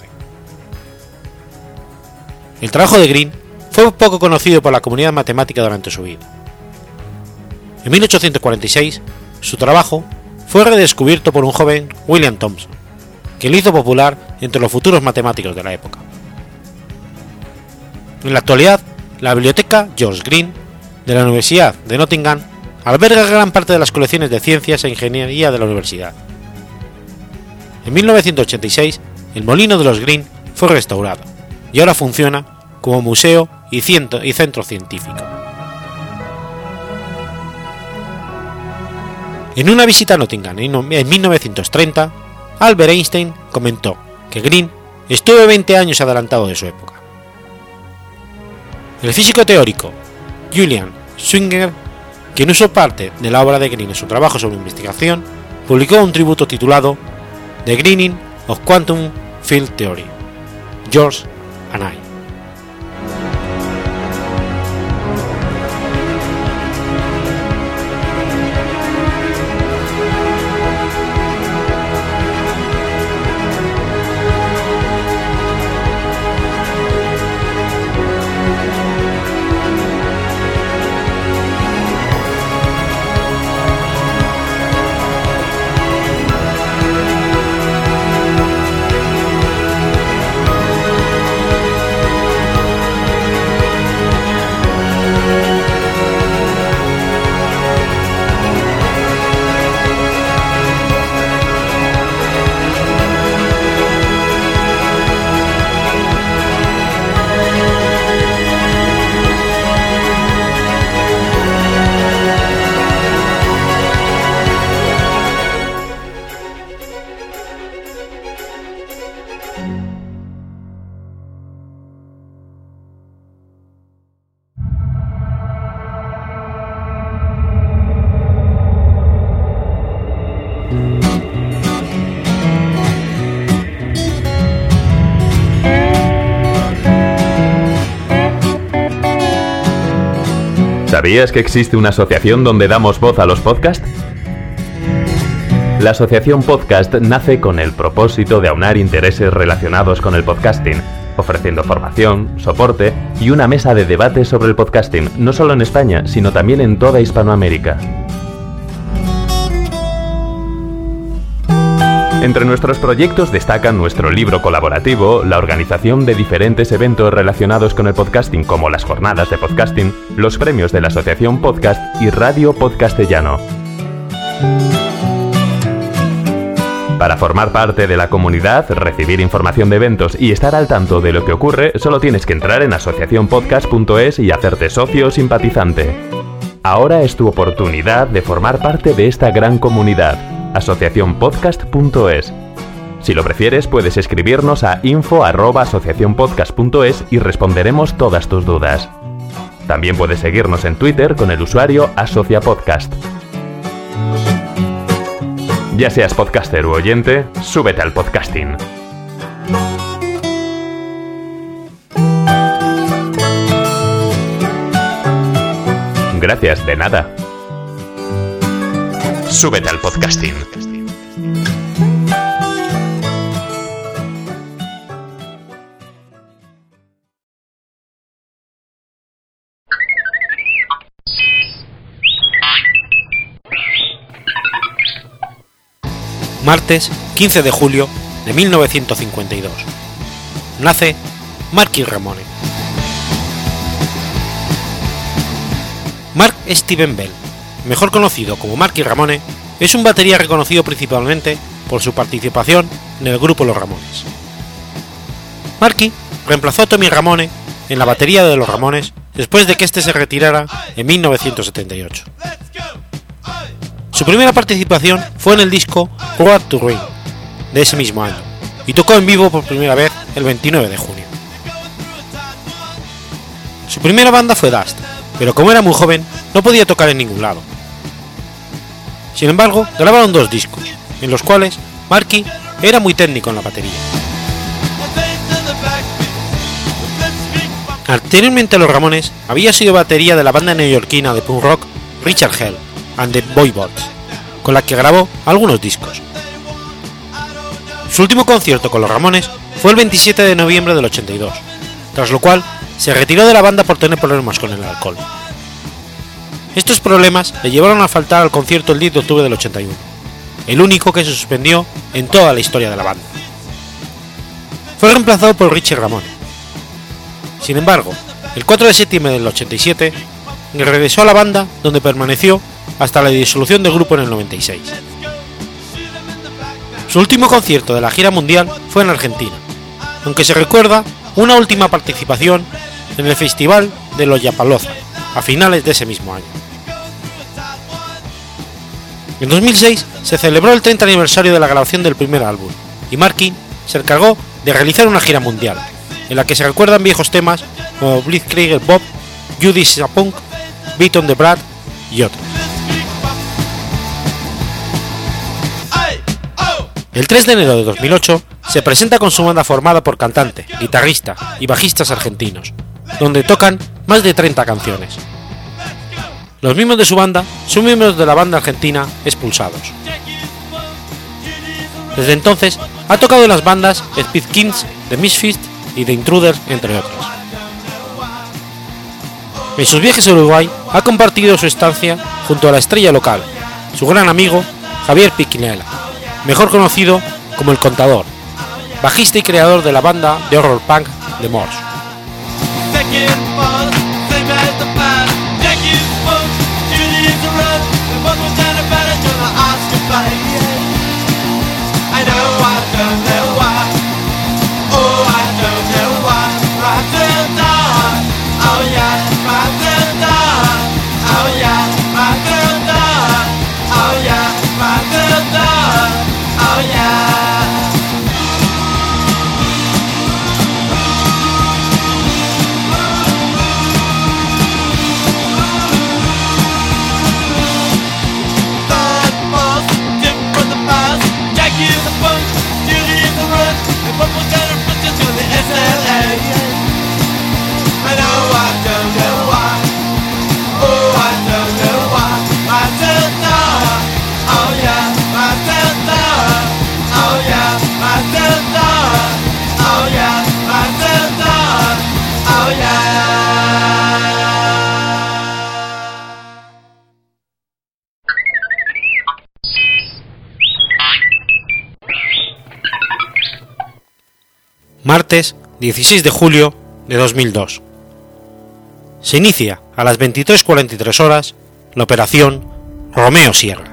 El trabajo de Green fue poco conocido por la comunidad matemática durante su vida. En 1846, su trabajo fue redescubierto por un joven William Thomson, que lo hizo popular entre los futuros matemáticos de la época. En la actualidad, la biblioteca George Green de la Universidad de Nottingham alberga gran parte de las colecciones de ciencias e ingeniería de la universidad. En 1986, el molino de los Green fue restaurado y ahora funciona como museo y centro científico. En una visita a Nottingham en 1930, Albert Einstein comentó que Green estuvo 20 años adelantado de su época. El físico teórico Julian Schwinger, quien usó parte de la obra de Green en su trabajo sobre investigación, publicó un tributo titulado The Greening of Quantum Field Theory, George and I. ¿Sabías que existe una asociación donde damos voz a los podcasts? La Asociación Podcast nace con el propósito de aunar intereses relacionados con el podcasting, ofreciendo formación, soporte y una mesa de debate sobre el podcasting, no solo en España, sino también en toda Hispanoamérica. Entre nuestros proyectos destacan nuestro libro colaborativo, la organización de diferentes eventos relacionados con el podcasting como las jornadas de podcasting, los premios de la Asociación Podcast y Radio Podcastellano. Para formar parte de la comunidad, recibir información de eventos y estar al tanto de lo que ocurre, solo tienes que entrar en asociacionpodcast.es y hacerte socio o simpatizante. Ahora es tu oportunidad de formar parte de esta gran comunidad. asociacionpodcast.es. Si lo prefieres, puedes escribirnos a info@asociacionpodcast.es y responderemos todas tus dudas. También puedes seguirnos en Twitter con el usuario asociapodcast. Ya seas podcaster u oyente, súbete al podcasting. Gracias, de nada. Súbete al podcasting. Martes 15 de julio de 1952. Nace Marky Ramone. Mark Steven Bell, mejor conocido como Marky Ramone, es un batería reconocido principalmente por su participación en el grupo Los Ramones. Marky reemplazó a Tommy Ramone en la batería de Los Ramones después de que éste se retirara en 1978. Su primera participación fue en el disco Road to Ruin de ese mismo año y tocó en vivo por primera vez el 29 de junio. Su primera banda fue Dust, pero como era muy joven no podía tocar en ningún lado. Sin embargo, grabaron 2 discos, en los cuales Marky era muy técnico en la batería. Anteriormente a Los Ramones había sido batería de la banda neoyorquina de punk rock Richard Hell and the Voivods, con la que grabó algunos discos. Su último concierto con Los Ramones fue el 27 de noviembre del 82, tras lo cual se retiró de la banda por tener problemas con el alcohol. Estos problemas le llevaron a faltar al concierto el 10 de octubre del 81, el único que se suspendió en toda la historia de la banda. Fue reemplazado por Richie Ramone. Sin embargo, el 4 de septiembre del 87 regresó a la banda, donde permaneció hasta la disolución del grupo en el 96. Su último concierto de la gira mundial fue en Argentina, aunque se recuerda una última participación en el Festival de Lollapalooza a finales de ese mismo año. En 2006 se celebró el 30 aniversario de la grabación del primer álbum y Marky se encargó de realizar una gira mundial, en la que se recuerdan viejos temas como Blitzkrieg Bob, Judy Sapunk, Beat on the Brad y otros. El 3 de enero de 2008 se presenta con su banda formada por cantante, guitarrista y bajistas argentinos, donde tocan más de 30 canciones. Los miembros de su banda son miembros de la banda argentina Expulsados. Desde entonces ha tocado en las bandas Speed Kings, The Misfits y The Intruders, entre otros. En sus viajes a Uruguay ha compartido su estancia junto a la estrella local, su gran amigo Javier Piquinela, mejor conocido como El Contador, bajista y creador de la banda de horror punk The Morse. Jack, you the punch, Judy martes 16 de julio de 2002. Se inicia a las 23:43 horas la operación Romeo Sierra.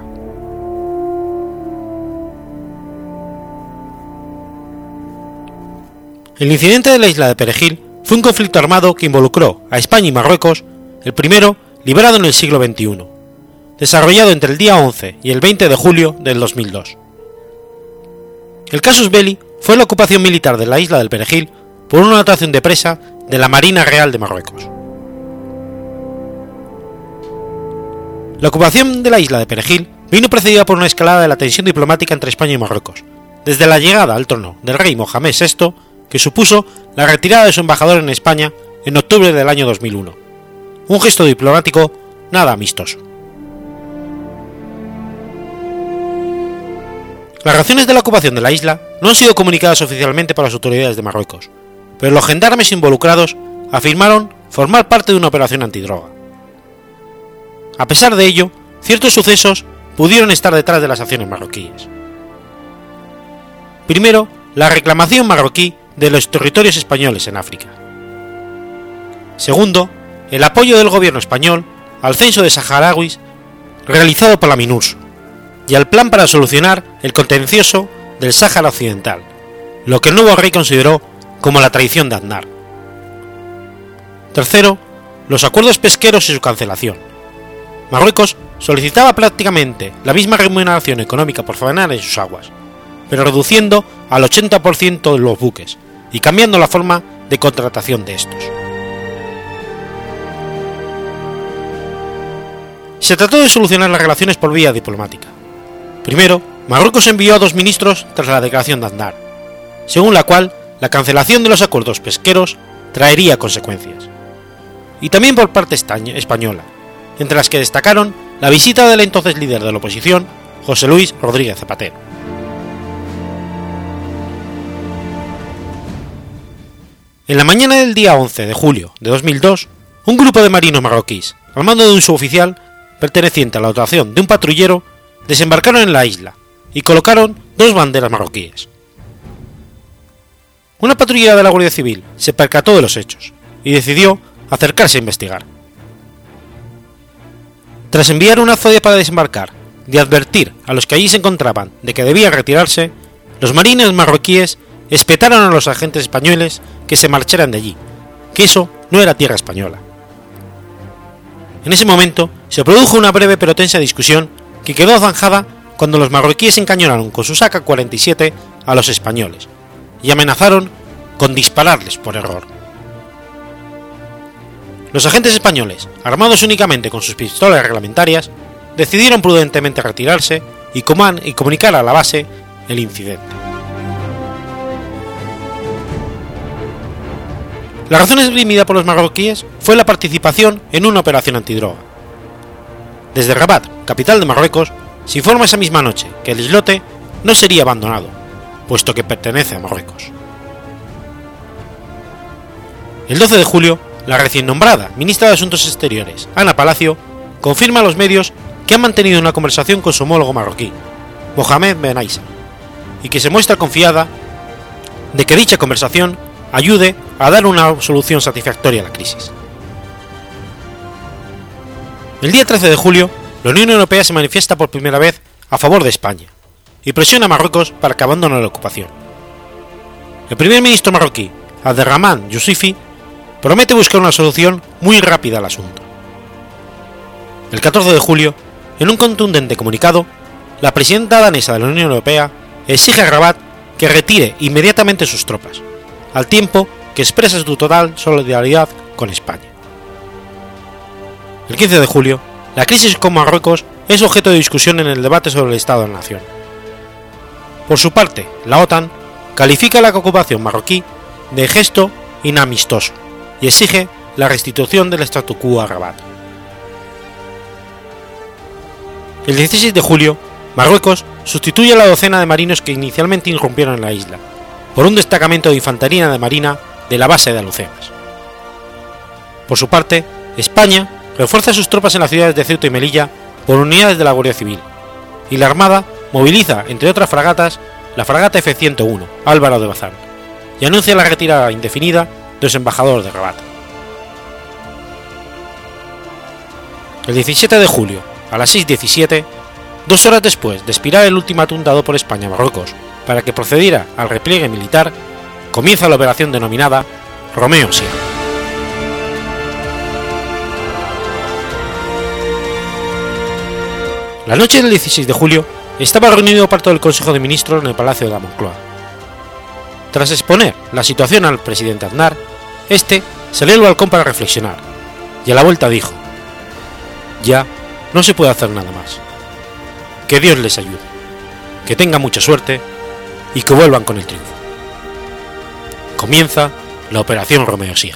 El incidente de la isla de Perejil fue un conflicto armado que involucró a España y Marruecos, el primero librado en el siglo XXI, desarrollado entre el día 11 y el 20 de julio del 2002. El casus belli fue la ocupación militar de la isla del Perejil por una dotación de presa de la Marina Real de Marruecos. La ocupación de la isla de Perejil vino precedida por una escalada de la tensión diplomática entre España y Marruecos, desde la llegada al trono del rey Mohamed VI, que supuso la retirada de su embajador en España en octubre del año 2001, un gesto diplomático nada amistoso. Las razones de la ocupación de la isla no han sido comunicadas oficialmente por las autoridades de Marruecos, pero los gendarmes involucrados afirmaron formar parte de una operación antidroga. A pesar de ello, ciertos sucesos pudieron estar detrás de las acciones marroquíes. Primero, la reclamación marroquí de los territorios españoles en África. Segundo, el apoyo del gobierno español al censo de saharauis realizado por la MINURSO y al plan para solucionar el contencioso del Sáhara Occidental, lo que el nuevo rey consideró como la traición de Aznar. Tercero, los acuerdos pesqueros y su cancelación. Marruecos solicitaba prácticamente la misma remuneración económica por faenar en sus aguas, pero reduciendo al 80% los buques y cambiando la forma de contratación de estos. Se trató de solucionar las relaciones por vía diplomática. Primero, Marruecos envió a 2 ministros tras la declaración de Aznar, según la cual la cancelación de los acuerdos pesqueros traería consecuencias. Y también por parte española, entre las que destacaron la visita del entonces líder de la oposición, José Luis Rodríguez Zapatero. En la mañana del día 11 de julio de 2002, un grupo de marinos marroquíes, al mando de un suboficial perteneciente a la dotación de un patrullero, desembarcaron en la isla y colocaron 2 banderas marroquíes. Una patrullera de la Guardia Civil se percató de los hechos y decidió acercarse a investigar. Tras enviar una zodia para desembarcar y advertir a los que allí se encontraban de que debían retirarse, los marines marroquíes espetaron a los agentes españoles que se marcharan de allí, que eso no era tierra española. En ese momento se produjo una breve pero tensa discusión que quedó zanjada cuando los marroquíes encañonaron con sus AK-47 a los españoles y amenazaron con dispararles por error. Los agentes españoles, armados únicamente con sus pistolas reglamentarias, decidieron prudentemente retirarse y comunicar a la base el incidente. La razón esgrimida por los marroquíes fue la participación en una operación antidroga. Desde Rabat, capital de Marruecos, se informa esa misma noche que el islote no sería abandonado, puesto que pertenece a Marruecos. El 12 de julio, la recién nombrada ministra de Asuntos Exteriores, Ana Palacio, confirma a los medios que ha mantenido una conversación con su homólogo marroquí, Mohamed Ben Aissa, y que se muestra confiada de que dicha conversación ayude a dar una solución satisfactoria a la crisis. El día 13 de julio, la Unión Europea se manifiesta por primera vez a favor de España y presiona a Marruecos para que abandone la ocupación. El primer ministro marroquí, Abderrahmane Youssifi, promete buscar una solución muy rápida al asunto. El 14 de julio, en un contundente comunicado, la presidenta danesa de la Unión Europea exige a Rabat que retire inmediatamente sus tropas, al tiempo que expresa su total solidaridad con España. El 15 de julio, la crisis con Marruecos es objeto de discusión en el debate sobre el Estado de la Nación. Por su parte, la OTAN califica la ocupación marroquí de gesto inamistoso y exige la restitución del statu quo a Rabat. El 16 de julio, Marruecos sustituye a la docena de marinos que inicialmente irrumpieron en la isla, por un destacamento de infantería de marina de la base de Alhucemas. Por su parte, España refuerza sus tropas en las ciudades de Ceuta y Melilla por unidades de la Guardia Civil, y la Armada moviliza, entre otras fragatas, la fragata F-101 Álvaro de Bazán y anuncia la retirada indefinida de los embajadores de Rabat. El 17 de julio, a las 6:17, 2 horas después de expirar el ultimátum dado por España a Marruecos para que procediera al repliegue militar, comienza la operación denominada Romeo Sierra. La noche del 16 de julio estaba reunido parte del Consejo de Ministros en el Palacio de la Moncloa. Tras exponer la situación al presidente Aznar, este salió al balcón para reflexionar, y a la vuelta dijo: «Ya no se puede hacer nada más. Que Dios les ayude, que tengan mucha suerte y que vuelvan con el triunfo». Comienza la Operación Romeo Sierra.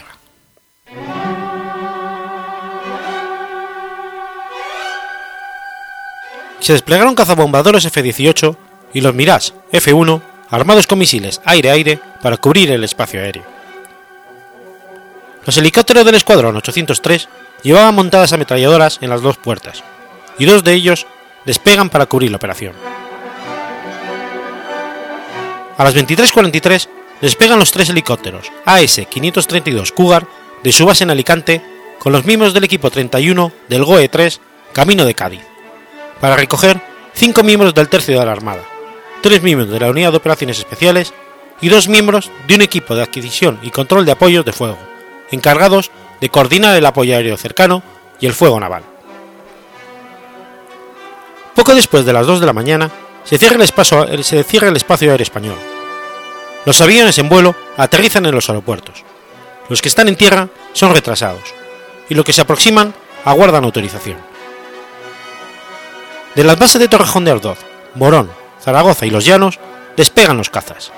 Se desplegaron cazabombarderos F-18 y los Mirage F-1 armados con misiles aire-aire para cubrir el espacio aéreo. Los helicópteros del Escuadrón 803 llevaban montadas ametralladoras en las 2 puertas, y 2 de ellos despegan para cubrir la operación. A las 23:43 despegan los 3 helicópteros AS-532 Cougar de su base en Alicante con los miembros del equipo 31 del GOE-3 camino de Cádiz, para recoger 5 miembros del tercio de la Armada, 3 miembros de la Unidad de Operaciones Especiales y 2 miembros de un equipo de adquisición y control de apoyos de fuego, encargados de coordinar el apoyo aéreo cercano y el fuego naval. Poco después de las 2 de la mañana se cierra el espacio aéreo español. Los aviones en vuelo aterrizan en los aeropuertos. Los que están en tierra son retrasados, y los que se aproximan aguardan autorización. De las bases de Torrejón de Ardoz, Morón, Zaragoza y Los Llanos despegan los cazas.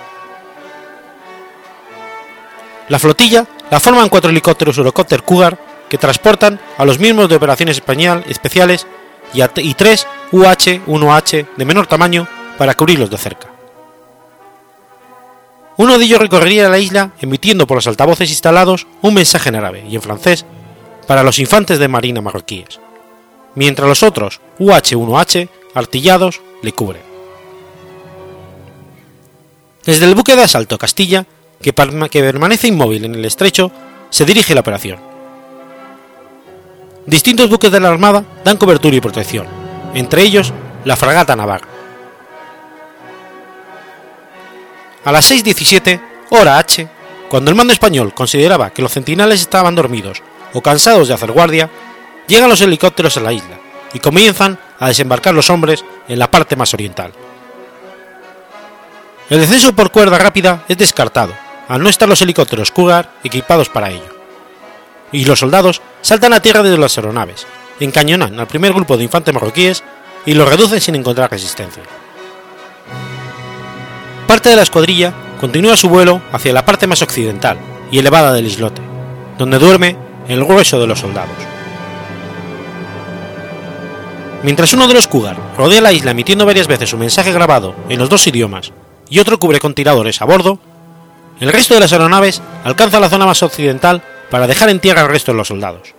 La flotilla la forman 4 helicópteros Eurocopter Cougar que transportan a los miembros de operaciones especiales y 3 UH-1H de menor tamaño para cubrirlos de cerca. Uno de ellos recorrería la isla emitiendo por los altavoces instalados un mensaje en árabe y en francés para los infantes de marina marroquíes, mientras los otros UH-1H artillados le cubren. Desde el buque de asalto Castilla, que permanece inmóvil en el estrecho, se dirige la operación. Distintos buques de la Armada dan cobertura y protección, entre ellos la fragata Navarra. A las 6:17, hora H, cuando el mando español consideraba que los centinelas estaban dormidos o cansados de hacer guardia, llegan los helicópteros a la isla y comienzan a desembarcar los hombres en la parte más oriental. El descenso por cuerda rápida es descartado, al no estar los helicópteros Cougar equipados para ello, y los soldados saltan a tierra desde las aeronaves, encañonan al primer grupo de infantes marroquíes y los reducen sin encontrar resistencia. Parte de la escuadrilla continúa su vuelo hacia la parte más occidental y elevada del islote, donde duerme el grueso de los soldados. Mientras uno de los Cougar rodea la isla emitiendo varias veces su mensaje grabado en los 2 idiomas y otro cubre con tiradores a bordo, el resto de las aeronaves alcanza la zona más occidental para dejar en tierra al resto de los soldados.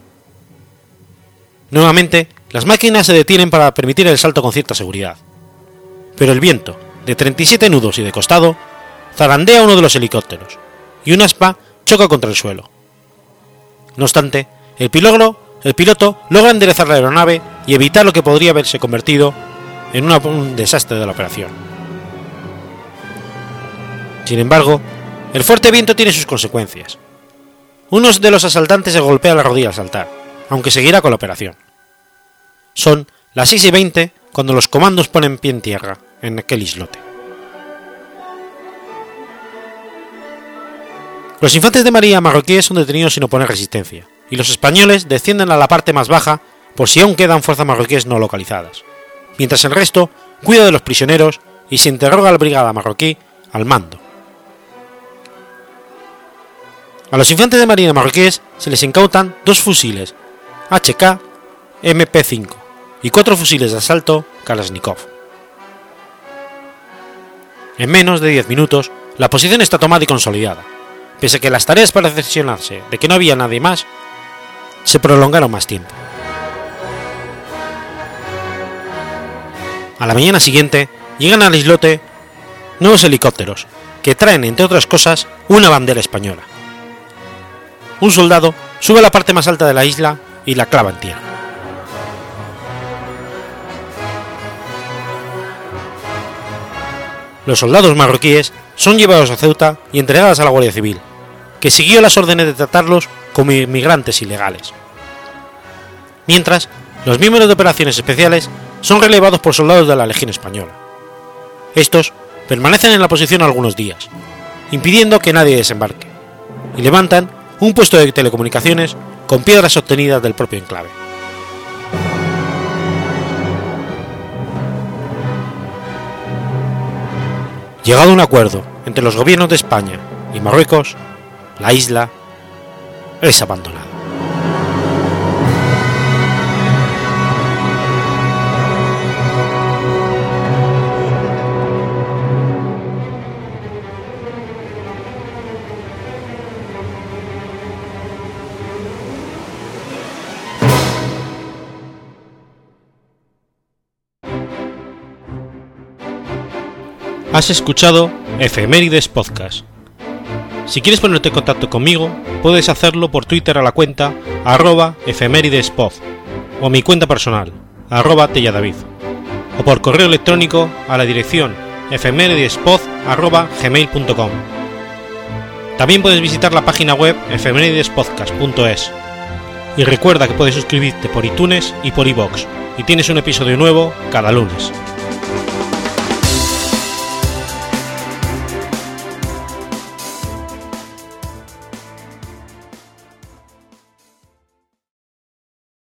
Nuevamente, las máquinas se detienen para permitir el salto con cierta seguridad, pero el viento, de 37 nudos y de costado, zarandea uno de los helicópteros, y un aspa choca contra el suelo. No obstante, el piloto logra enderezar la aeronave y evitar lo que podría haberse convertido en un desastre de la operación. Sin embargo, el fuerte viento tiene sus consecuencias. Uno de los asaltantes se golpea la rodilla al saltar, aunque seguirá con la operación. Son las 6:20 cuando los comandos ponen pie en tierra en aquel islote. Los infantes de marina marroquíes son detenidos sin oponer resistencia, y los españoles descienden a la parte más baja por si aún quedan fuerzas marroquíes no localizadas, mientras el resto cuida de los prisioneros y se interroga a la brigada marroquí al mando. A los infantes de marina marroquíes se les incautan 2 fusiles HK MP5 y 4 fusiles de asalto Kalashnikov. En menos de 10 minutos, la posición está tomada y consolidada, pese a que las tareas para cerciorarse de que no había nadie más se prolongaron más tiempo. A la mañana siguiente llegan al islote nuevos helicópteros, que traen, entre otras cosas, una bandera española. Un soldado sube a la parte más alta de la isla y la clava en tierra. Los soldados marroquíes son llevados a Ceuta y entregados a la Guardia Civil, que siguió las órdenes de tratarlos como inmigrantes ilegales. Mientras, los miembros de operaciones especiales son relevados por soldados de la Legión Española. Estos permanecen en la posición algunos días, impidiendo que nadie desembarque, y levantan un puesto de telecomunicaciones con piedras obtenidas del propio enclave. Llegado a un acuerdo entre los gobiernos de España y Marruecos, la isla es abandonada. Has escuchado Efemérides Podcast. Si quieres ponerte en contacto conmigo, puedes hacerlo por Twitter a la cuenta @efemeridespod o a mi cuenta personal @telladavid, o por correo electrónico a la dirección efemeridespod@gmail.com. También puedes visitar la página web efemeridespodcast.es y recuerda que puedes suscribirte por iTunes y por iVoox y tienes un episodio nuevo cada lunes.